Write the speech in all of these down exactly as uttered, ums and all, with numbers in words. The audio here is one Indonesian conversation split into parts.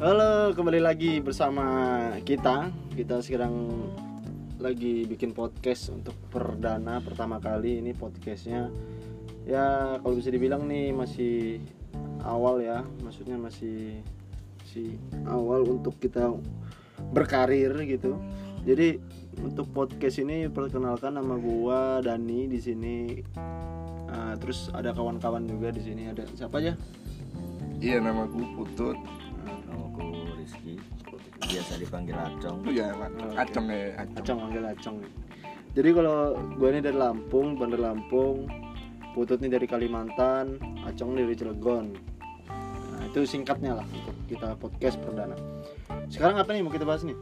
Halo, kembali lagi bersama kita. Kita sekarang lagi bikin podcast untuk perdana pertama kali. Ini podcastnya ya kalau bisa dibilang nih masih awal ya. Maksudnya masih si awal untuk kita berkarir gitu. Jadi untuk podcast ini perkenalkan, nama gua Dani di sini. Uh, terus ada kawan-kawan juga di sini. Ada siapa aja? Iya, nama gue Putut. Namaku Rizky, biasa dipanggil Acong. Oh iya, Pak. Oh, Acong okay. ya, Acong. Acong, manggil Acong. Jadi kalau gue ini dari Lampung, Bandar Lampung, Putut ini dari Kalimantan, Acong dari Cilegon. Nah, itu singkatnya lah untuk kita podcast perdana. Sekarang apa nih mau kita bahas nih?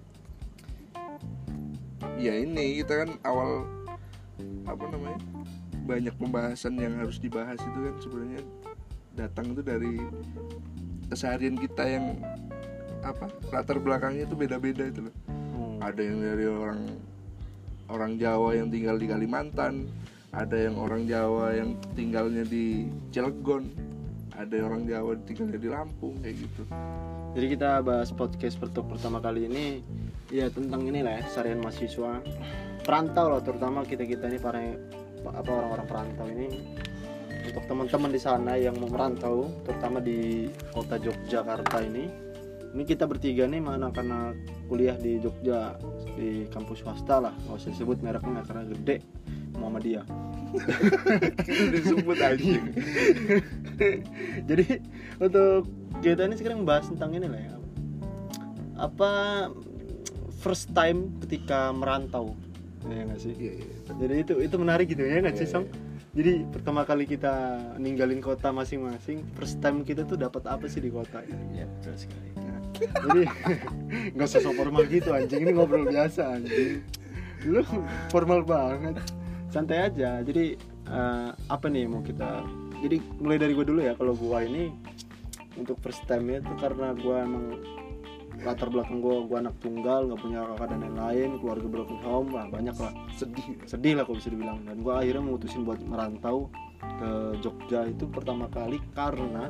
Ya ini kita kan awal apa namanya? Banyak pembahasan yang harus dibahas itu kan sebenarnya datang itu dari keseharian kita yang apa latar belakangnya itu beda-beda itu loh. Hmm. Ada yang dari orang orang Jawa yang tinggal di Kalimantan, ada yang orang Jawa yang tinggalnya di Cilegon, ada yang orang Jawa tinggalnya di Lampung kayak gitu. Jadi kita bahas podcast untuk pertama kali ini ya tentang inilah ya, seharian mahasiswa perantau lah, terutama kita-kita ini para apa orang-orang perantau ini. Untuk teman-teman di sana yang mau merantau, terutama di kota Yogyakarta ini, ini kita bertiga nih anak-anak kuliah di Jogja di kampus swasta lah, nggak usah disebut mereknya karena gede, Muhammadiyah. Disebut aja. Jadi untuk kita ini sekarang bahas tentang ini lah ya, apa first time ketika merantau, ya nggak sih? Iya, iya. Jadi itu itu menarik gitu ya nggak sih, Iya, Song? Jadi pertama kali kita ninggalin kota masing-masing, first time kita tuh dapat apa sih di kota itu? Ya betul sekali. Nah, jadi nggak usah so formal gitu anjing, ini ngobrol biasa anjing. Lu formal banget, santai aja. Jadi uh, apa nih mau kita? Jadi mulai dari gue dulu ya. Kalau gue ini untuk first time itu karena gue emang latar belakang gue, gue anak tunggal, nggak punya kakak dan lain-lain, keluarga broken home lah, banyak lah, sedih, sedih lah kalau bisa dibilang. Dan gue akhirnya memutusin buat merantau ke Jogja itu pertama kali karena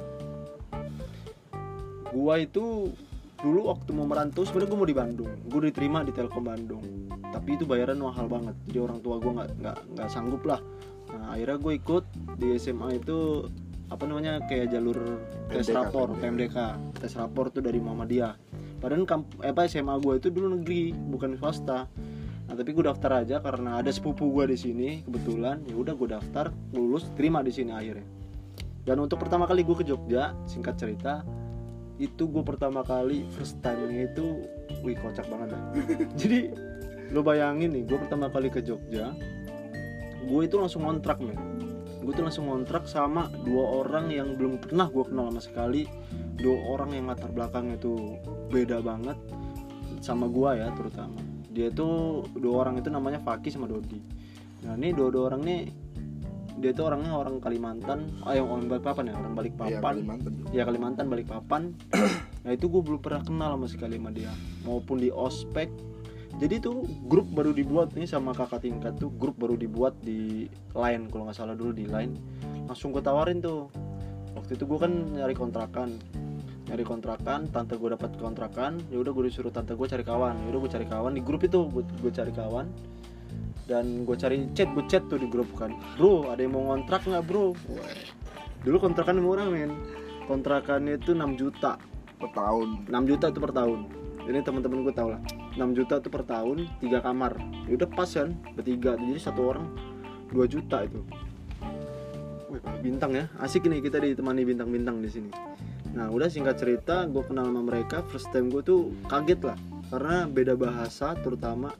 gue itu dulu waktu mau merantau sebenarnya gue mau di Bandung, gue diterima di Telkom Bandung, tapi itu bayaran mahal banget, jadi orang tua gue nggak nggak nggak sanggup lah. Nah akhirnya gue ikut di S M A itu apa namanya kayak jalur tes P M D K, rapor, P M D K, tes rapor tuh dari Muhammadiyah. Padahal kamp- apa S M A gue itu dulu negeri, bukan swasta. Nah, tapi gue daftar aja karena ada sepupu gue di sini kebetulan. Ya udah gue daftar, lulus, terima di sini akhirnya. Dan untuk pertama kali gue ke Jogja, singkat cerita, itu gue pertama kali first time-nya itu, wih kocak banget dah. Jadi lo bayangin nih, gue pertama kali ke Jogja, gue itu langsung ngontrak men. Gue tuh langsung ngontrak sama dua orang yang belum pernah gue kenal sama sekali. Dua orang yang latar belakangnya tuh beda banget sama gua ya, terutama dia tuh dua orang itu namanya Faki sama Dodi. Nah ini dua-dua orang nih, dia tuh orangnya orang Kalimantan, ah yang orang Balikpapan ya, orang Balikpapan. Ya, Kalimantan. Ya Kalimantan, Balikpapan. Nah itu gue belum pernah kenal sama sekali sama dia, maupun di ospek. Jadi tuh grup baru dibuat nih sama kakak tingkat tuh, grup baru dibuat di Line kalau nggak salah, dulu di Line. Langsung gue tawarin tuh. Waktu itu gue kan nyari kontrakan, nyari kontrakan, tante gue dapat kontrakan, ya udah gue disuruh tante gue cari kawan, ya udah gue cari kawan di grup itu, gue cari kawan, dan gue cari chat, gue chat tuh di grup kan, bro ada yang mau ngontrak nggak bro? Dulu kontrakan murah men, kontrakannya itu enam juta Per tahun. enam juta itu per tahun. Ini teman-teman gue tau lah, enam juta itu per tahun, tiga kamar, ya udah pas kan, bertiga, jadi satu orang dua juta itu. Wih, bintang ya, asik nih kita ditemani bintang-bintang di sini. Nah udah singkat cerita, gue kenal sama mereka, first time gue tuh kaget lah, karena beda bahasa, terutama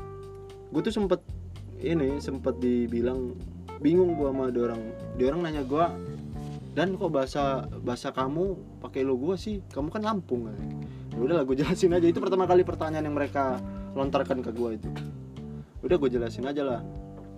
gue tuh sempet ini sempet dibilang bingung gue sama dia orang. Dia orang nanya gue, dan kok bahasa bahasa kamu pakai lo gue sih, kamu kan Lampung kan? Ya udah lah gue jelasin aja, itu pertama kali pertanyaan yang mereka lontarkan ke gue itu. Udah gue jelasin aja lah.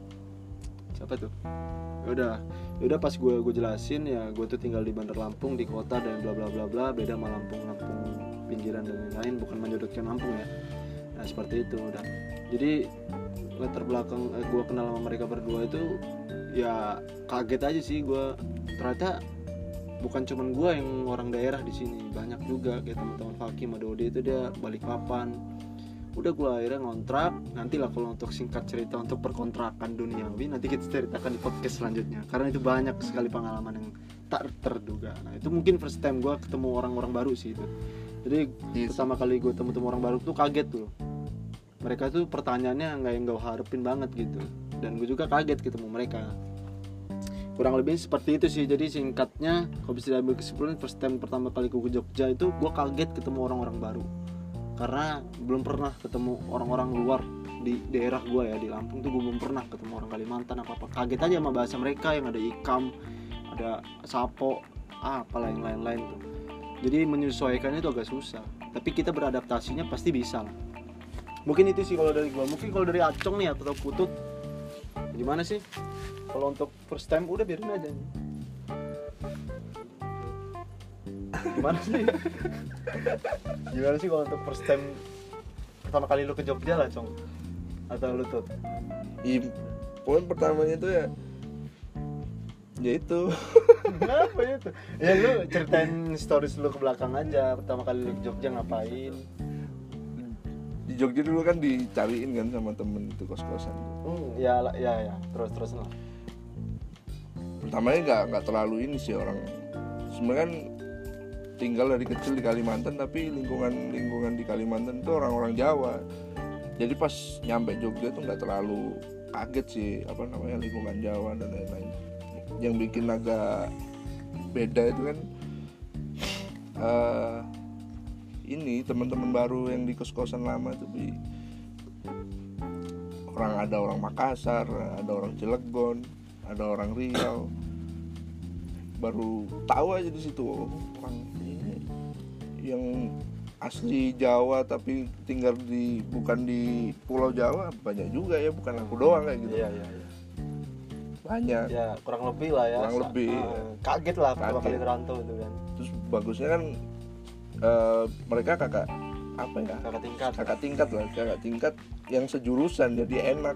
Siapa tuh? Ya udah. Ya udah pas gue gue jelasin ya, gue tuh tinggal di Bandar Lampung, di kota dan bla bla bla bla, beda sama Lampung Lampung pinggiran dan lain-lain, bukan menyudutkan Lampung ya. Nah seperti itu udah. Jadi latar belakang eh, gue kenal sama mereka berdua itu ya kaget aja sih gue, ternyata bukan cuman gue yang orang daerah di sini, banyak juga kayak teman-teman Faki sama Dode itu dia Balikpapan. Udah gue akhirnya ngontrak. Nanti lah kalau untuk singkat cerita untuk perkontrakan duniawi nanti kita ceritakan di podcast selanjutnya, karena itu banyak sekali pengalaman yang tak terduga. Nah itu mungkin first time gue ketemu orang-orang baru sih itu. Jadi Yes. pertama kali gue ketemu orang baru tuh kaget tuh. Mereka tuh pertanyaannya nggak yang gue harapin banget gitu. Dan gue juga kaget ketemu mereka. Kurang lebih seperti itu sih. Jadi singkatnya kalau bisa diambil kesimpulan, first time pertama kali gue ke Jogja itu gue kaget ketemu orang-orang baru. Karena belum pernah ketemu orang-orang luar di daerah gue ya, di Lampung tuh gue belum pernah ketemu orang Kalimantan apa-apa. Kaget aja sama bahasa mereka yang ada ikam, ada sapo, ah, apalah yang lain-lain tuh. Jadi menyesuaikannya itu agak susah. Tapi kita beradaptasinya pasti bisa lah. Mungkin itu sih kalau dari gue. Mungkin kalau dari Acong nih atau Putut, gimana sih? Kalau untuk first time udah biarin aja nih. Gimana sih? Gimana sih kalau untuk first time pertama kali lu ke Jogja lah, Cong? Atau lu Tut? I, poin pertamanya itu ya ya itu Kenapa itu? Ya lu ceritain stories lu ke belakang aja. Pertama kali lu ke Jogja ngapain? di Jogja dulu kan dicariin kan sama temen itu kos-kosan. Hmm, ya lah, ya ya. Terus terus lah. Pertamanya nggak nggak terlalu ini sih orang. Sebenarnya kan tinggal dari kecil di Kalimantan, tapi lingkungan lingkungan di Kalimantan itu orang-orang Jawa. Jadi pas nyampe Jogja tuh nggak terlalu kaget sih apa namanya lingkungan Jawa dan lain-lain. Yang bikin agak beda itu kan uh, ini teman-teman baru yang di kos-kosan lama tuh bi orang ada orang Makassar, ada orang Cilegon, ada orang Riau. Baru tahu aja di situ oh, orang ini yang asli Jawa tapi tinggal di bukan di Pulau Jawa banyak juga ya, bukan aku doang kayak gitu. Iya iya iya. Banyak. Ya kurang lebih lah ya. Kurang Sa- lebih. ah, kaget lah pertama Kaget. kali ngerantau itu kan. Terus bagusnya kan eh, mereka kakak apa ya? Kakak tingkat. Kakak tingkat lah, kakak tingkat yang sejurusan jadi enak.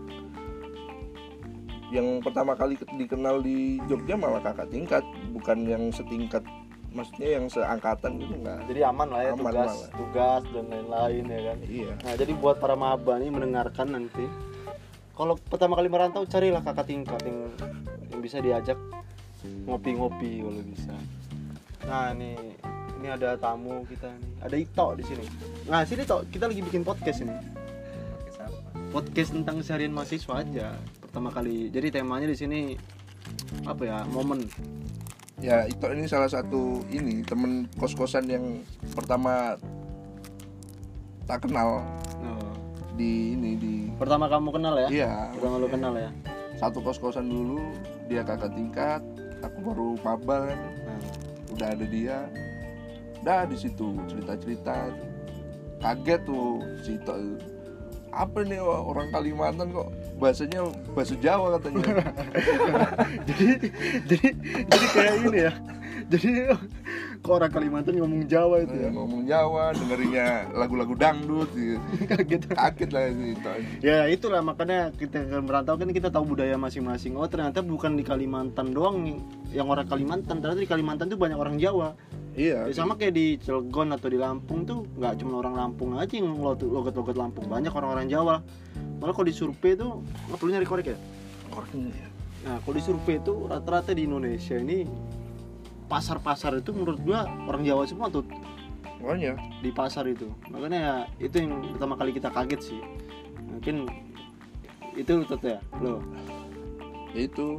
Yang pertama kali dikenal di Jogja malah kakak tingkat, bukan yang setingkat, maksudnya yang seangkatan gitu enggak. Jadi aman lah ya, Aman tugas malah. tugas dan lain-lain ya kan. Iya. Nah jadi buat para maba nih mendengarkan nanti, kalau pertama kali merantau carilah kakak tingkat yang yang bisa diajak ngopi-ngopi kalau bisa. Nah ini ini ada tamu kita nih, ada Ito di sini. Nah sini Ito, kita lagi bikin podcast ini. Podcast tentang seharian mahasiswa aja pertama kali. Jadi temanya di sini apa ya, momen. Ya itu ini salah satu ini temen kos-kosan yang pertama tak kenal Oh. di ini di Pertama kamu kenal ya? iya Pertama lu kenal ya? satu kos-kosan dulu, dia kakak tingkat, aku baru maba kan, Nah. udah ada dia, udah di situ cerita-cerita, kaget tuh si Ito, apa nih orang Kalimantan kok bahasanya bahasa Jawa katanya. jadi jadi jadi kayak ini ya. Jadi kok orang Kalimantan ngomong Jawa itu ya. Ya, ngomong Jawa, dengerinnya lagu-lagu dangdut gitu. Kaget. Kaget lah si Ito. Ya itulah makanya kita kan merantau kan kita tahu budaya masing-masing. Oh ternyata bukan di Kalimantan doang yang orang Kalimantan, ternyata di Kalimantan tuh banyak orang Jawa. Iya. Ya, sama kayak di Cilegon atau di Lampung tuh nggak cuma orang Lampung aja yang logat-logat Lampung, banyak orang-orang Jawa. Malah kalau di survei tuh nggak perlu nyari korek ya. Orangnya. Nah kalau di survei tuh rata-rata di Indonesia ini pasar-pasar itu menurut gua orang Jawa semua tuh Makanya di pasar itu. Makanya ya itu yang pertama kali kita kaget sih. Mungkin itu tuh ya lo. ya itu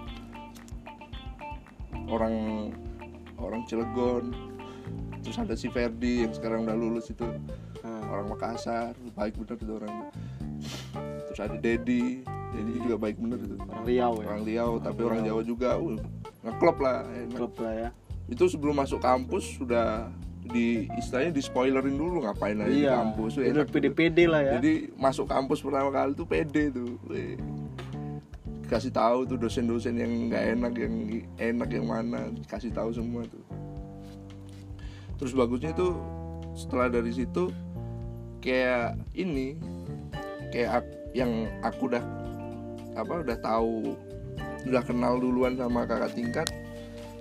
orang orang Cilegon, terus ada si Ferdi yang sekarang udah lulus itu, Nah, orang Makassar, baik bener itu orang. Terus ada Dedi, Dedi juga baik bener itu, orang Riau ya. orang Riau tapi orang Riau. Jawa juga, uh, ngeklop lah enak. Klub lah ya. Itu sebelum masuk kampus sudah di istilahnya di spoilerin dulu ngapain aja di Iya. kampus, Itu enak. pede-pede lah ya. Jadi masuk kampus pertama kali tuh pede tuh. Weh. Kasih tahu tuh dosen-dosen yang nggak enak, yang enak yang mana, kasih tahu semua tuh. Terus bagusnya tuh setelah dari situ kayak ini, kayak ak- yang aku udah apa udah tahu, udah kenal duluan sama kakak tingkat.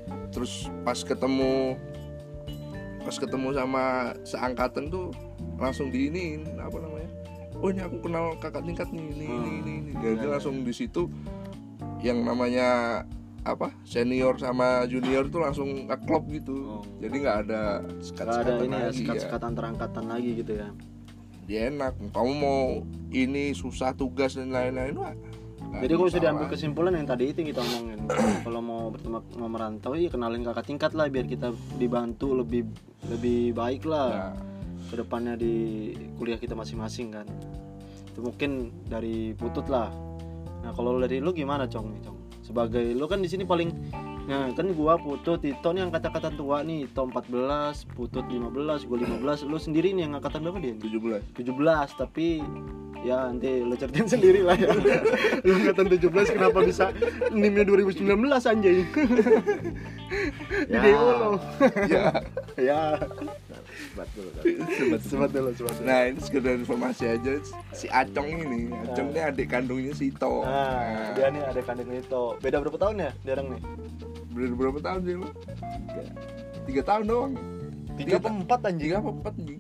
terus pas ketemu pas ketemu sama seangkatan tuh langsung diinin apa namanya, oh ini aku kenal kakak tingkat nih ini ini ini, ini. Jadi langsung di situ yang namanya apa senior sama junior tuh langsung ngeklop gitu. Jadi nggak ada Gak ada sekat-sekatan ini ya, lagi sekat-sekat antar angkatan lagi gitu ya. dia enak, kamu mau ini susah tugas dan lain-lain wah. Jadi kalau bisa diambil kesimpulan yang tadi itu yang kita omongin, kalau mau bertemu mau merantau ya kenalin kakak tingkat lah biar kita dibantu lebih lebih baik lah Ya. kedepannya di kuliah kita masing-masing kan. Itu mungkin dari Putut lah. Nah kalau dari lu gimana Cong nih Cong? Sebagai lu kan di sini paling, nah kan gua Putut, Tito nih angkatan tua nih, Tito empat belas, Putut lima belas, gua lima belas, lu sendiri nih yang angkatan berapa dia? tujuh belas tujuh belas, tapi ya nanti lu ceritain sendiri lah ya. Lu angkatan tujuh belas kenapa bisa N I M-nya dua ribu sembilan belas anjing? Ya. Di lo. ya. Ya. Sebat dulu kan. Sebat dulu, sebat dulu. Nah ini sekedar informasi aja, si Acong ini, Acong ini adik kandungnya si Ito. Nah, dia nih ada kandung itu. Beda berapa tahun ya dia orang nih? Berapa, berapa tahun sih lu? Tiga tahun doang. Tiga apa empat anjing? Tiga apa empat anjing?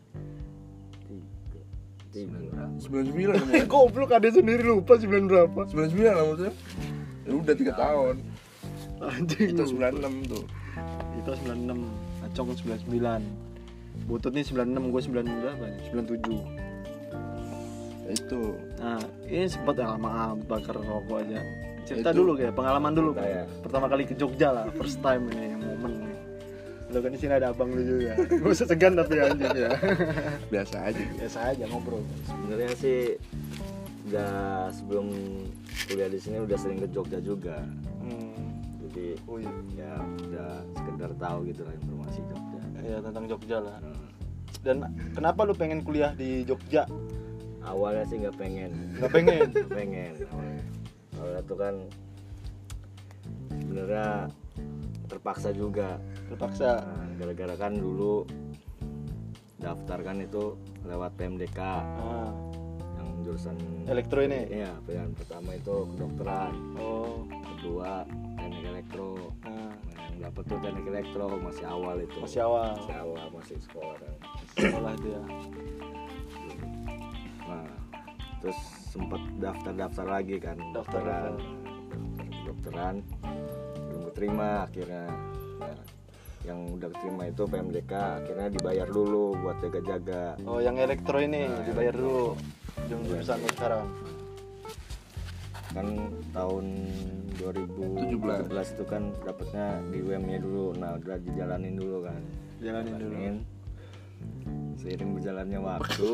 Tiga. Sembilan sembilan Eh goblok, ada sendiri lupa sembilan berapa. Sembilan sembilan lah maksudnya. Ya udah tiga tahun. Anjing. Itu sembilan enam tuh. Itu sembilan enam, Acong sembilan sembilan. Butut nih sembilan enam, gue sembilan berapa nih? sembilan tujuh. Ya itu. Nah, ini sempat ya lama amat bakar rokok aja. Cerita Itu. dulu kayak pengalaman dulu Cerita ya. pertama kali ke Jogja lah, first time ini yang momen nih. Lo kan di sini ada abang lu juga. Gak usah segan tapi anjing ya. Biasa aja. Biasa aja ngobrol. Sebenarnya sih udah sebelum kuliah di sini udah sering ke Jogja juga. Hmm. Jadi Oh iya. ya udah sekedar tahu gitu lah informasi Jogja. Ya tentang Jogja lah. Hmm. Dan kenapa lu pengen kuliah di Jogja? Awalnya sih nggak pengen, Gak pengen. nggak pengen. Awalnya, awalnya tuh kan sebenarnya terpaksa juga. Terpaksa. Nah, gara-gara kan dulu daftar kan itu lewat P M D K Ah, yang jurusan elektro ini. Iya, pilihan pertama itu kedokteran, Oh. kedua teknik elektro. Nah, Nah, yang dapet tuh teknik elektro masih awal itu. masih awal Masih awal, masih sekolah kan. sekolah itu ya. Nah, terus sempet daftar-daftar lagi kan, Daftar, kedokteran. Daftar kedokteran belum keterima akhirnya. Nah, yang udah keterima itu P M D K akhirnya dibayar dulu buat jaga-jaga. Oh, yang elektro ini Nah, dibayar elektro. dulu. Jam jurusan lu sekarang. Kan tahun dua ribu tujuh belas itu kan dapatnya di U M-nya dulu. Nah, udah dijalanin dulu kan. Jalanin dulu. Jalanin. Seiring berjalannya waktu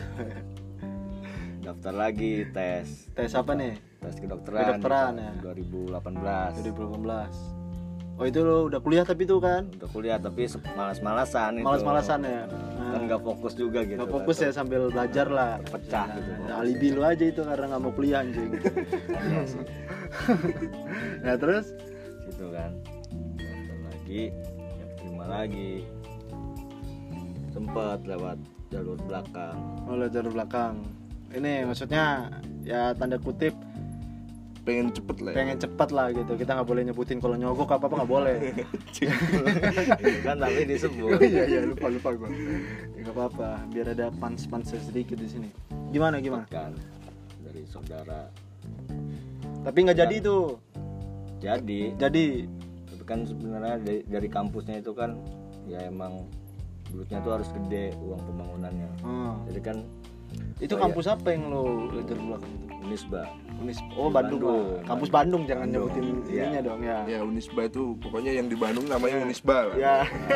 daftar lagi tes. Tes apa nih? Tes kedokteran. Kedokteran, di ya. tahun dua ribu delapan belas. dua ribu delapan belas. Oh, itu lo udah kuliah tapi tuh kan? Udah kuliah tapi se- malas-malasan itu. Malas-malasan ya. Kan nggak fokus juga gitu. Nggak fokus ya sambil belajar lah. Pecah Nah, gitu. nah, alibi lu aja itu karena nggak mau kuliah anjing. Iya sih. Nah terus? Gitu kan. Daftar lagi, ya terima lagi. Sempat lewat jalur belakang. Oh, lewat jalur belakang. Ini maksudnya ya tanda kutip Pengen cepet lah. Ya. pengen cepat lah gitu. Kita nggak boleh nyebutin kalau nyogok apa apa nggak boleh. Kan tapi disebut. Iya iya lupa lupa gue. Ya, nggak apa-apa. Biar ada pans pans sedikit di sini. Gimana gimana? Kan dari saudara. Tapi nggak jadi tuh. Jadi, Jadi tapi kan sebenarnya dari, dari kampusnya itu kan ya emang duitnya tuh harus gede uang pembangunannya. hmm. Jadi kan itu oh, kampus apa yang lo lewat jalur belakang itu? Unisba. Unis. Oh Bandung, Bandung. lah. Kampus Bandung jangan Bandung. nyebutin Iya. ininya dong ya. Ya Unisba itu pokoknya yang di Bandung namanya Unisba lah. Ya.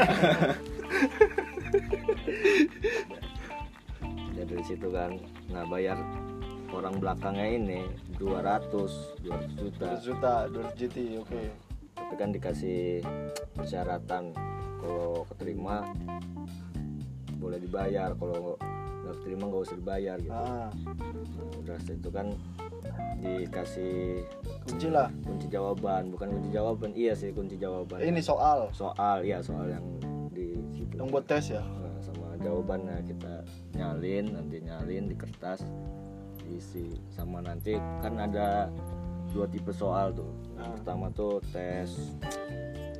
Ya dari situ kan, nah bayar orang belakangnya ini dua ratus juta. dua ratus juta, dua ratus juta, oke. Tapi kan dikasih persyaratan kalau keterima boleh dibayar, kalau nggak keterima nggak usah dibayar gitu. Ah, Nah, udah itu kan dikasih kunci lah. kunci jawaban, bukan kunci jawaban, iya sih kunci jawaban. Ini soal Soal, iya soal yang di situ. yang buat tes ya. Nah, sama jawabannya kita nyalin, nanti nyalin di kertas diisi. Sama nanti kan ada dua tipe soal tuh. Yang Ah. pertama tuh tes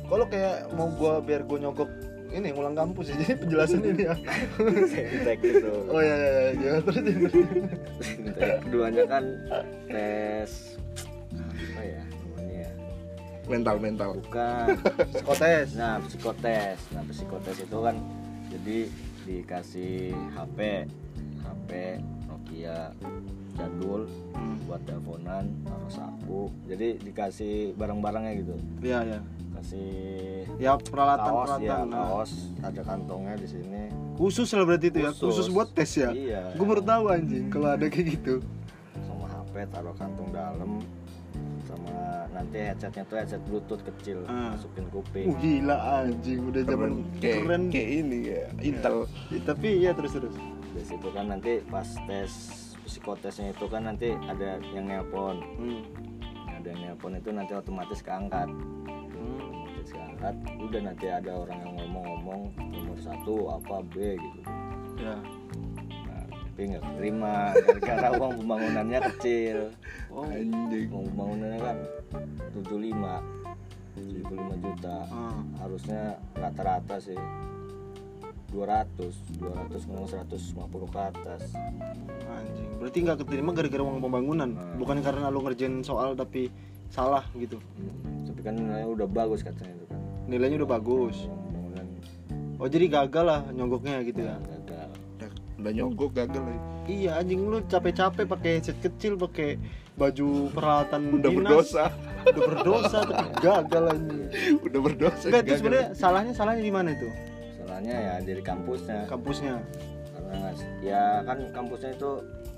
Kalau kayak mau gua biar gua nyogok ini ngulang kampus ya, jadi penjelasan ini ya. Sintek gitu. Oh iya iya iya, gimana terus terus. Sintek keduanya kan tes apa ya namanya? mental mental Bukan. Psikotes. Nah, psikotes. Nah, psikotes itu kan jadi dikasih H P, H P Nokia jadul buat teleponan, taruh saku. Jadi dikasih barang-barangnya gitu. Iya iya. Kasih Ya peralatan kaos, ya, peralatan. nah. kaos, ada kantongnya di sini. Khusus lah berarti itu ya, Khusus. khusus buat tes ya. Iya. Gue baru tahu anjing kalau ada kayak gitu. Sama H P taruh kantong dalam, sama nanti headsetnya tuh headset bluetooth kecil, Ah. masukin Uh kuping. gila anjing, udah zaman kayak, keren. kayak ini ya Intel. Ya, tapi ya terus terus. Dari situ kan nanti pas tes psikotesnya itu kan nanti ada yang nelpon. Hmm. Ada yang nelpon itu nanti otomatis keangkat. Hmm. Otomatis keangkat. Udah nanti ada orang yang ngomong-ngomong nomor satu apa B gitu. Ya. Nah, tapi nggak terima gara-gara uang pembangunannya kecil. Oh. Anjing. Uang pembangunannya kan tujuh puluh lima tujuh puluh lima juta. Ah. Harusnya rata-rata sih dua ratus dua ratus ngomong seratus lima puluh ke atas. Anjing. Berarti nggak keterima gara-gara uang pembangunan, Hmm. bukan karena lu ngerjain soal tapi salah gitu. Hmm, tapi kan nilainya udah bagus katanya itu kan. Nilainya udah bagus. Uang pembangunan Oh jadi gagal lah nyogoknya gitu ya. gagal. Udah, udah nyogok gagal lagi. Iya anjing, lu capek-capek pakai headset kecil, pakai baju peralatan Udah dinas. berdosa. Udah berdosa tapi gagal anjing. Udah berdosa. Enggak, itu gagal. sebenarnya salahnya salahnya di mana itu? Salahnya ya dari kampusnya. Kampusnya. Karena ngas- ya kan kampusnya itu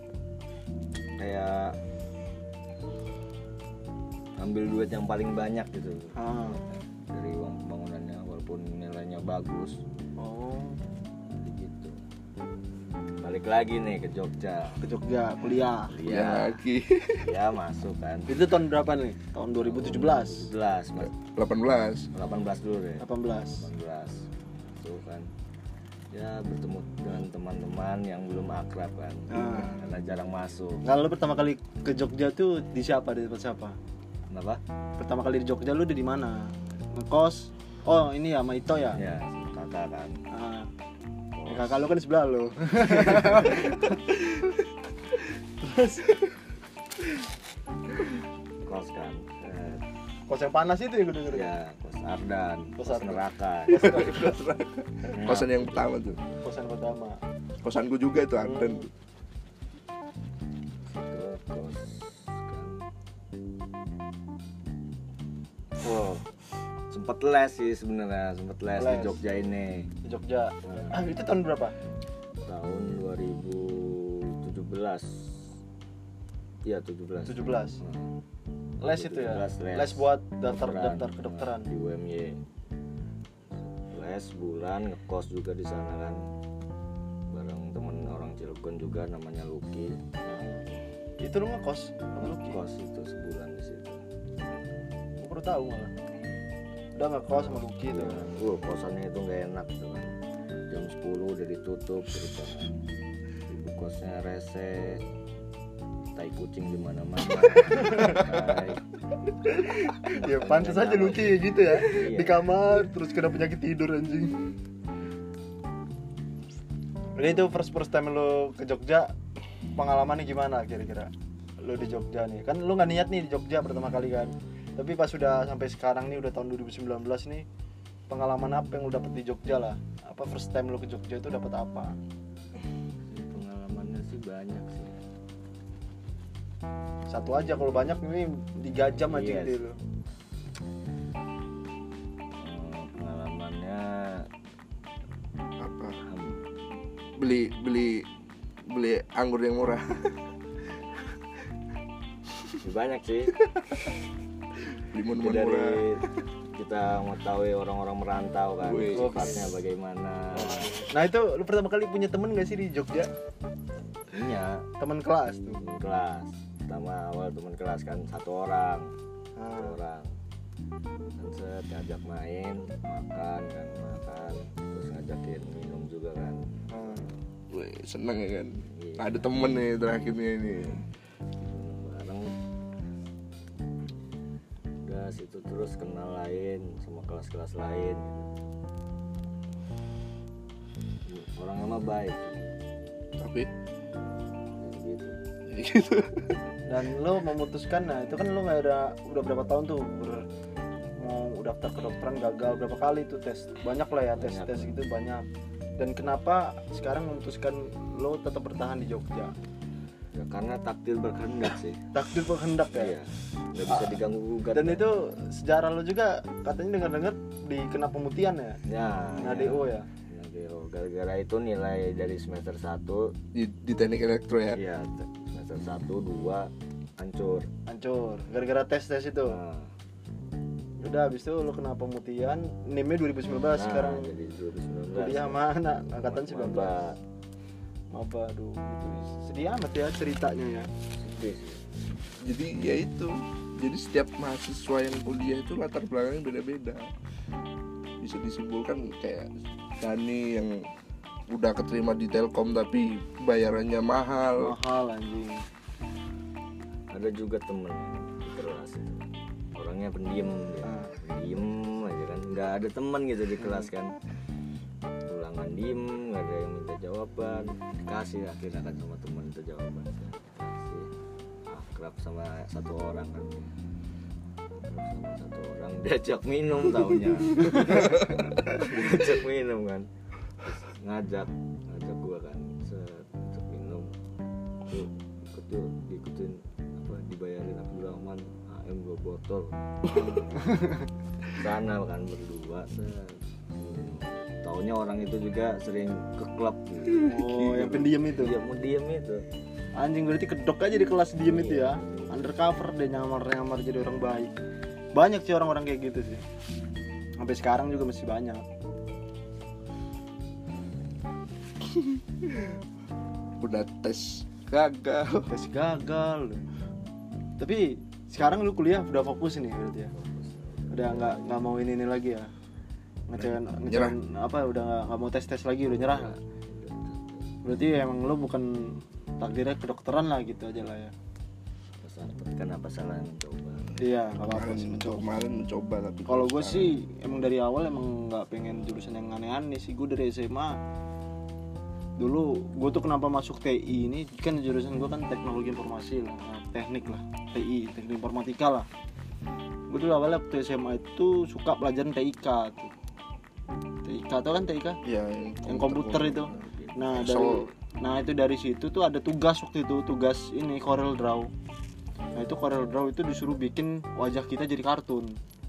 kayak ambil duit yang paling banyak gitu Ah. dari uang pembangunannya walaupun nilainya bagus. Oh, Jadi gitu. Balik lagi nih ke Jogja. ke Jogja kuliah. Ya Ya, lagi. ya masuk kan. Itu tahun berapa nih? Tahun dua ribu tujuh belas. tujuh belas, Mas. delapan belas. delapan belas dulu deh. delapan belas. delapan belas. Itu kan. Ya bertemu dengan teman-teman yang belum akrab kan. Ah. Karena jarang masuk. Kalau lu pertama kali ke Jogja tuh di siapa? Di tempat siapa? Kenapa? Pertama kali di Jogja lu udah di mana? Ngekos. Oh, ini ya sama Ito ya? Ya, sama kakak kan. Ah. Ya, kakak lu kan di sebelah lu. Terus Kos kan. Eh, kos yang panas itu ya gue denger. ya, kos Ardan, Kos kos, Ardan. neraka. Kosan yang pertama tuh. Kosan pertama. Kosanku juga itu Arden. Situ kos kan. Wow, sempet les sih sebenarnya, sempet les, Les. di Jogja ini Di Jogja. Ah, itu tahun berapa? tahun dua ribu tujuh belas. Iya tujuh belas. tujuh belas. Hmm. Les itu ya. tujuh belas, Les buat daftar Kedokteran. daftar kedokteran. Nah, di U M Y. Les bulan ngekos juga di sana kan. Bareng temen orang Cilegon juga namanya Lucky. Itu lu ngekos sama Lucky. Ngekos itu sebulan di situ. Gue baru tahu malah. Udah ngekos sama Lucky tuh. Ya, gua kosannya itu nggak enak tuh kan. Jam sepuluh udah ditutup terus kan. Ibu kosnya rese. Tai kucing di mana-mana. Tai. Ya pantas aja Lucky kayak gitu ya. Iya. Di kamar terus kena penyakit tidur anjing. Jadi itu first first time lu ke Jogja, pengalamannya gimana kira-kira? Lu di Jogja nih. Kan lu nggak niat nih di Jogja pertama kali kan. Tapi pas sudah sampai sekarang nih udah tahun dua ribu sembilan belas nih, pengalaman apa yang lu dapet di Jogja lah? Apa first time lu ke Jogja itu dapat apa? Pengalamannya sih banyak sih. Satu aja, kalau banyak ini tiga jam aja Yes. gitu lu. Eh, pengalamannya Apa? hmm, Beli beli beli anggur yang murah. banyak sih. Beli Itu minuman dari murah. kita mengetahui orang-orang merantau kan, Wih. sifatnya bagaimana. Nah itu lu pertama kali punya temen gak sih di Jogja? Punya Temen kelas tuh. teman kelas. Pertama awal teman kelas kan satu orang, satu Ah. orang. Dan set ngajak main, makan kan, makan, terus ngajakin minum juga kan. Ah. Wih, seneng ya kan. Iya. Ada temen nih terakhirnya ini. Bareng. Udah kelas itu terus kenal lain sama kelas-kelas lain gitu. Orangnya mah baik Tapi gitu. ya gitu. Dan lo memutuskan, nah itu kan lo nggak ada udah berapa tahun tuh ber, mau daftar kedokteran gagal berapa kali tuh tes, banyak lah ya tes tes gitu banyak. Dan kenapa sekarang memutuskan lo tetap bertahan di Jogja? Ya, karena takdir berkehendak sih. Takdir berkehendak ya. Iya. Nggak bisa diganggu gugat. Dan itu sejarah lo juga katanya dengar-dengar dikena pemutihan ya. Ya. Nah, D O ya. Nah, D O. Gara-gara itu nilai dari semester satu Di, di teknik elektro ya. iya semester satu dua hancur. Hancur gara-gara tes-tes itu. Nah, Udah habis itu lo kena pemutihan, N I M-nya dua ribu sembilan belas nah, sekarang. jadi dua ribu sembilan belas. Kuliah mana? Angkatan sembilan belas. Maba. Maba, aduh gitu. Sedih amat ya ceritanya ya. Sedih sih. Jadi ya itu. Jadi setiap mahasiswa yang kuliah itu latar belakangnya beda-beda. Bisa disimpulkan kayak Dani yang udah keterima di Telkom tapi bayarannya mahal. Mahal anjing. Ada juga temen di kelas itu orangnya pendiam ya. Ah. Pendiam aja kan, nggak ada teman gitu di kelas kan, ulangan diem, nggak ada yang minta jawaban, dikasih akhirnya kan sama teman minta jawaban, dikasih, akrab sama satu orang kan, akrab sama satu orang, diajak minum taunya, diajak minum kan, terus ngajak, ngajak gua kan, set, ngajak minum, tuh ikut tuh, diikutin apa, dibayarin Abdurrahman A M dua botol. Sana kan berdua set. Taunya orang itu juga sering ke klub gitu. Oh, yang pendiam itu. Dia mau diem itu. Anjing berarti kedok aja di kelas diem itu ya. Undercover deh, nyamar-nyamar jadi orang baik. Banyak sih orang-orang kayak gitu sih. Sampai sekarang juga masih banyak. Udah tes gagal. Tes gagal. Tapi sekarang lu kuliah udah fokus nih berarti ya. Udah nggak nggak mau ini ini lagi ya. Ngecewain ngecewain apa udah nggak nggak mau tes tes lagi, udah nyerah. Berarti emang lu bukan takdirnya kedokteran lah gitu aja lah ya. Kan apa salahnya mencoba. Iya nggak apa-apa Kemarin sih mencoba, mencoba. kemarin mencoba tapi Kalau gue sekarang- sih emang dari awal emang nggak pengen jurusan yang aneh-aneh sih. Gue dari S M A dulu gue tuh kenapa masuk T I ini kan jurusan gue kan teknologi informasi lah, nah, teknik lah, T I teknik informatika lah. Gue dulu awalnya waktu S M A itu suka pelajaran T I K tuh. T I K tau kan T I K? Iya, yang, Yang komputer itu. Nah Excel. dari nah itu dari situ tuh ada tugas waktu itu, tugas ini Corel Draw. Nah itu Corel Draw itu disuruh bikin wajah kita jadi kartun.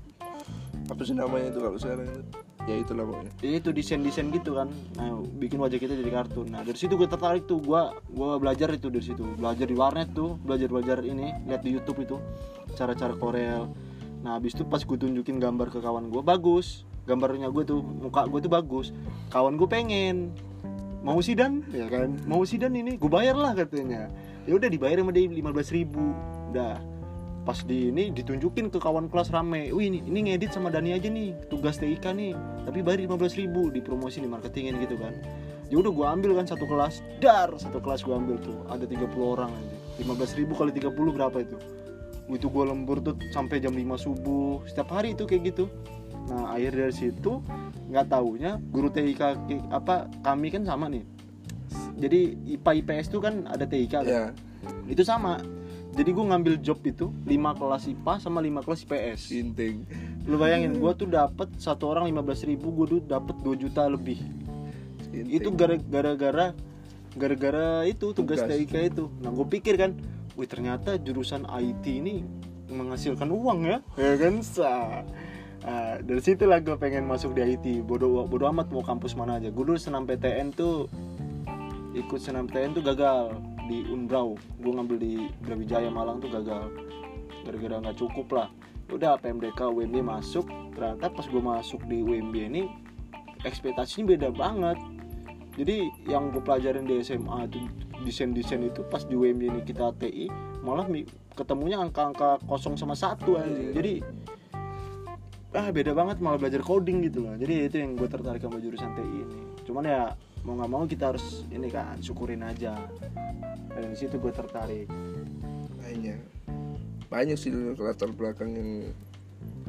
apa sih namanya itu kalau sekarang itu? Ya itulah pokoknya. Ya itu desain-desain gitu kan. Nah, bikin wajah kita jadi kartun. Nah, dari situ gue tertarik tuh. Gua gua belajar itu dari situ. Belajar di warnet tuh, belajar-belajar ini, lihat di YouTube itu cara-cara Corel. Nah, habis itu pas gue tunjukin gambar ke kawan gue, bagus. Gambarnya gue tuh, muka gue tuh bagus. Kawan gue pengen mau sidan, ya kan? Mau sidan ini, gue bayar lah katanya. Ya udah dibayar sama dia lima belas ribu. Udah. Pas di ini ditunjukin ke kawan kelas rame, wih ini, ini ngedit sama Dani aja nih, tugas T I K nih, tapi bayar lima belas ribu, dipromosi, di marketingin gitu kan. Ya udah gue ambil kan satu kelas, dar satu kelas gue ambil tuh, ada tiga puluh orang aja, lima belas ribu kali tiga puluh berapa itu? Itu gue lembur tuh sampai jam lima subuh, setiap hari itu kayak gitu. Nah akhir dari situ nggak taunya guru T I K apa kami kan sama nih, jadi I P A I P S tuh kan ada T I K kan, Ya, itu sama. Jadi gue ngambil job itu lima kelas I P A sama lima kelas I P S. sinting. Lu bayangin gue tuh dapat satu orang lima belas ribu, gue tuh dapat dua juta lebih. Sinting. Itu gara-gara gara-gara itu tugas, Tugas. T I K itu. Nah gue pikir kan, wih ternyata jurusan I T ini menghasilkan uang ya, ya kan sah. Nah, dari situ lah gue pengen masuk di I T. Bodoh bodoh amat mau kampus mana aja. Gue dulu senam P T N tuh, ikut senam P T N tuh gagal di Unbrau. Gue ngambil di Brawijaya Malang tuh gagal. Gara-gara nggak cukup lah. Udah P M D K U M B masuk. Ternyata pas gue masuk di U M B ini ekspektasinya beda banget. Jadi yang gue pelajarin di S M A itu desain-desain itu, pas di U M B ini kita T I malah ketemunya angka-angka kosong sama satu anjing. Jadi ah beda banget, malah belajar coding gitu loh. Jadi itu yang gue tertarik sama jurusan T I ini. Cuman ya mau nggak mau kita harus ini kan syukurin aja. Dan di situ gue tertarik. Banyak banyak sih latar belakang yang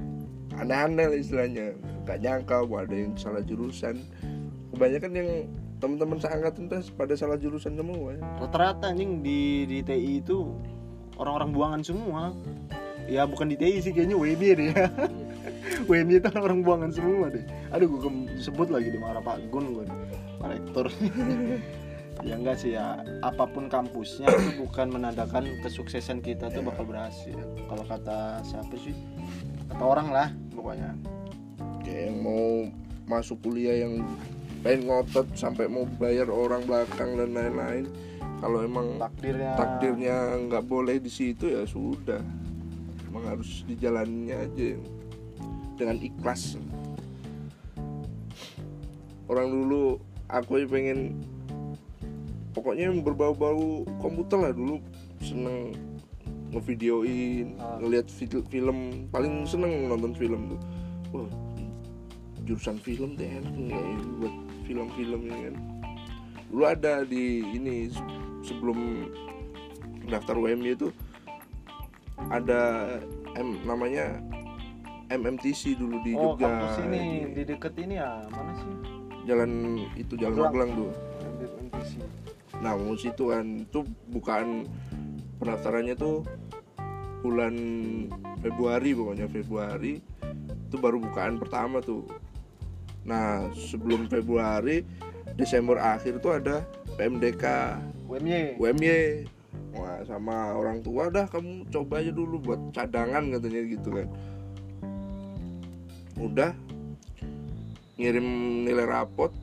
aneh-aneh lah istilahnya, gak nyangka wah ada yang salah jurusan. Kebanyakan yang teman-teman seangkatan tuh pada salah jurusan semua ya. Rata-rata anjing di di T I itu orang-orang buangan semua. Ya bukan di T I sih, kayaknya W M Y deh ya. W M Y itu orang buangan semua deh. Aduh gue sebut lagi dimarah Pak Gun gue, Pak Rektor. Ya enggak sih ya, apapun kampusnya itu bukan menandakan kesuksesan kita tuh bakal berhasil. Kalau kata siapa sih? Kata orang lah pokoknya. Kayak yang mau masuk kuliah yang pengen ngotot sampai mau bayar orang belakang dan lain-lain, kalau emang Takdirnya takdirnya nggak boleh di situ ya sudah, emang harus dijalaninya aja dengan ikhlas. Orang dulu aku pengen pokoknya yang berbau-bau komputer lah, dulu seneng ngevideoin, Ah. ngeliat vid- film, paling seneng nonton film tuh. Wah, jurusan film tuh enak nih ya, buat film-film ini kan. Dulu ada di ini sebelum daftar W M Y itu ada M, namanya M M T C dulu di Oh, Jogja. kampus ini di deket ini ya, mana sih? Jalan itu Jalan Magelang. Magelang tuh. M T C. Nah, mau situ kan itu bukaan pendaftarannya tuh bulan Februari, pokoknya Februari itu baru bukaan pertama tuh. Nah, sebelum Februari, Desember akhir tuh ada P M D K W M Y. W M Y. Wah, sama orang tua dah kamu coba aja dulu buat cadangan katanya gitu kan. Udah ngirim nilai rapot,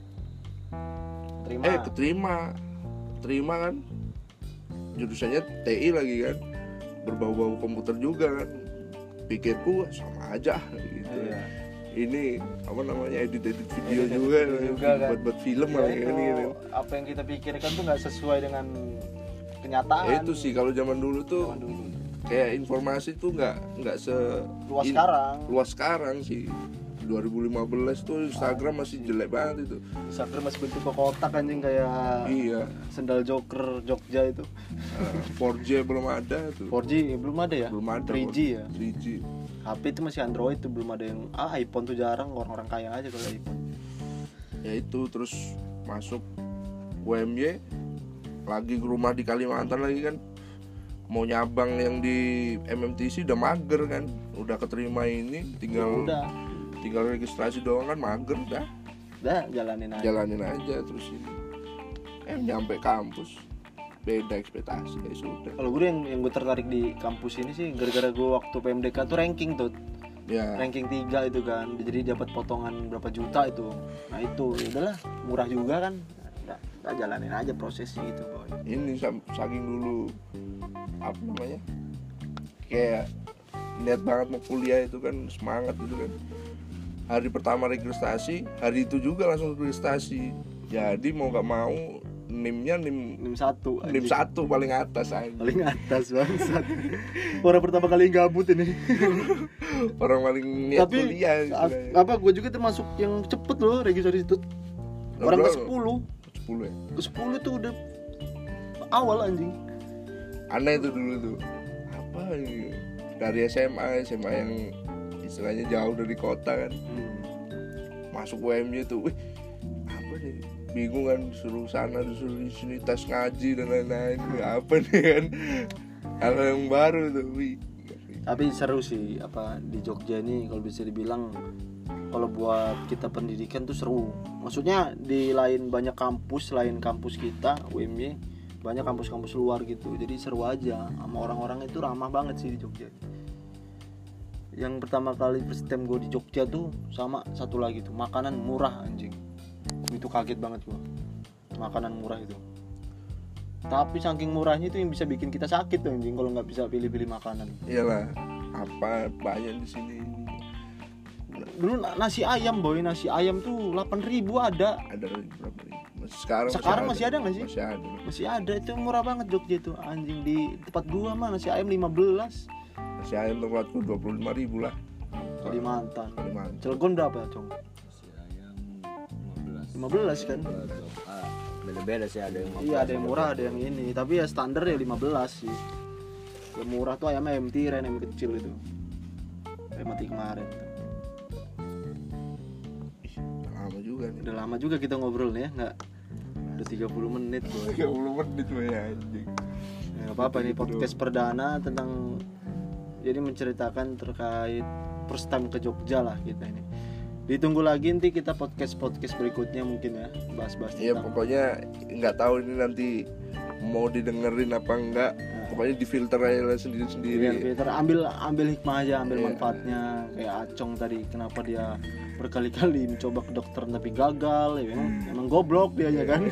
Terima. eh keterima. Terima kan. Jurusannya T I lagi kan. Berbau-bau komputer juga kan. Pikirku wah, sama aja gitu. Iya. Ini apa namanya edit-edit video Edit-edit juga, video juga kan. buat buat film Ya lah itu, kan gitu. apa yang kita pikirkan tuh nggak sesuai dengan kenyataan. Ya itu sih kalau zaman dulu tuh Zaman dulu. kayak informasi tuh nggak nggak se Luas in- sekarang. luas sekarang sih. dua ribu lima belas tuh Instagram masih jelek banget itu. Instagram masih bentuk kotak anjing kayak Iya. sendal Joker Jogja itu. Nah, four G belum ada tuh. four G belum ada ya? Belum ada. three G ya. three G. H P itu masih Android tuh, belum ada yang ah iPhone tuh jarang, orang-orang kaya aja kalau iPhone. Ya itu terus masuk W M Y lagi ke rumah di Kalimantan lagi kan. Mau nyabang yang di M M T C udah mager kan. Udah keterima ini tinggal Udah, tinggal registrasi doang kan, mager dah. udah jalanin aja. Jalanin aja terus ini. Eh nyampe kampus beda ekspektasi ya sudah. Kalau gue yang yang gue tertarik di kampus ini sih gara-gara gue waktu P M D K tuh ranking tuh. Ya. Ranking tiga itu kan. Jadi dapat potongan berapa juta itu. Nah, itu ya udahlah, murah juga kan. Udah, udah jalanin aja prosesnya gitu, boy. Ini sam- saking dulu apa namanya? Kayak niat banget mau kuliah itu kan, semangat itu kan. Hari pertama registrasi, hari itu juga langsung registrasi. Jadi mau gak mau N I M-nya N I M enam satu N I M satu paling atas aja. paling atas bangsat. Orang pertama kali gabut ini. Orang paling niat Tapi kuliah a- istilahnya. apa gue juga termasuk yang cepet loh registrasi itu. Orang ke Berapa? sepuluh sepuluh ya. ke sepuluh tuh udah awal anjing. Aneh itu dulu tuh. Apa ini? Dari S M A, S M A yang istilahnya jauh dari kota kan. Masuk W M Y tuh, wih, apa nih? Bingung kan, disuruh sana, disuruh di sini, tes ngaji dan lain-lain. Wih, apa nih kan? Hal yang baru tuh, wih. Tapi seru sih apa di Jogja ini kalau bisa dibilang, kalau buat kita pendidikan tuh seru. Maksudnya di lain banyak kampus, lain kampus kita W M Y, banyak kampus-kampus luar gitu. Jadi seru aja, sama orang-orang itu ramah banget sih di Jogja. Yang pertama kali first time gue di Jogja tuh sama satu lagi tuh, makanan murah anjing. Itu kaget banget gue, makanan murah itu. Tapi saking murahnya itu yang bisa bikin kita sakit tuh anjing kalau nggak bisa pilih-pilih makanan. Iyalah, apa banyak di sini. Dulu na- nasi ayam boy, nasi ayam tuh delapan ribu ada. Ada berapa nih? Masih sekarang, Sekarang masih ada nggak sih? Masih ada. Masih ada, itu murah banget Jogja itu anjing. Di tempat gua mah nasi ayam lima belas. Masih ayam tempatku dua puluh lima ribu lah. Kalimantan. Kalimantan. Cilegon berapa Cong? Nasi ayam lima belas. lima belas kan? Ah, beda-beda sih, ada yang lima belas, Iya, ada yang murah, ada yang ini. Tapi ya standar ya lima belas sih. Yang murah tuh ayamnya M T, Ren M kecil itu. Kayak mati kemarin tuh. Udah lama juga kita ngobrol nih ya, nggak? Udah tiga puluh menit boy. tiga puluh menit boy anjing. Nggak apa-apa, ini podcast perdana tentang, jadi menceritakan terkait first time ke Jogja lah kita ini. Ditunggu lagi nanti kita podcast-podcast berikutnya mungkin ya, bahas-bahas Ya tentang. pokoknya nggak tahu ini nanti mau didengerin apa enggak. Nah. Pokoknya difilter aja lah Iya, sendiri-sendiri. Peter, ambil ambil hikmah aja, ambil Iya. manfaatnya. Kayak Acong tadi, kenapa dia berkali-kali mencoba ke dokter tapi gagal, ya emang, emang goblok dia aja kan.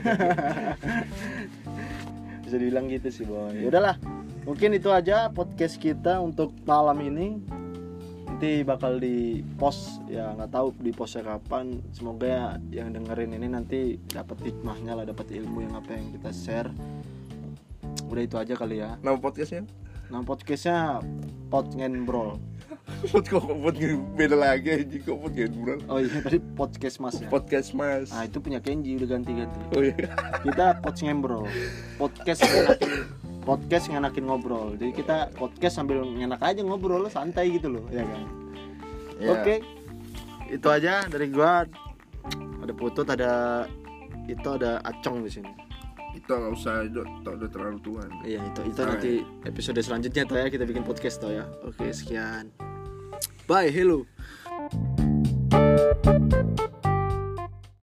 Bisa dibilang gitu sih boy. Ya udahlah, mungkin itu aja podcast kita untuk malam ini. Nanti bakal di post, ya nggak tahu di postnya kapan. Semoga ya yang dengerin ini nanti dapat hikmahnya lah, dapat ilmu yang apa yang kita share. Udah itu aja kali ya. Nama podcastnya? Nah podcastnya Pot Ngenbrol. Pot kok pot beda lagi anjing, kok pot bro. Oh iya tadi podcast mas ya. Podcast Mas. Nah itu punya Kenji udah ganti-ganti. Oh iya. Kita Pot Ngembrol. Podcast ngenakin, podcast ngenakin ngobrol. Jadi kita podcast sambil ngenak aja ngobrol, santai gitu loh, ya kan. Ya. Oke. Itu aja dari gua. Ada Putut, ada itu, ada Acong di sini. Itu nggak usah, itu udah terlalu tua. Iya itu itu Nah, nanti episode selanjutnya toh ya, kita bikin podcast toh ya. Oke sekian. Bye, hello.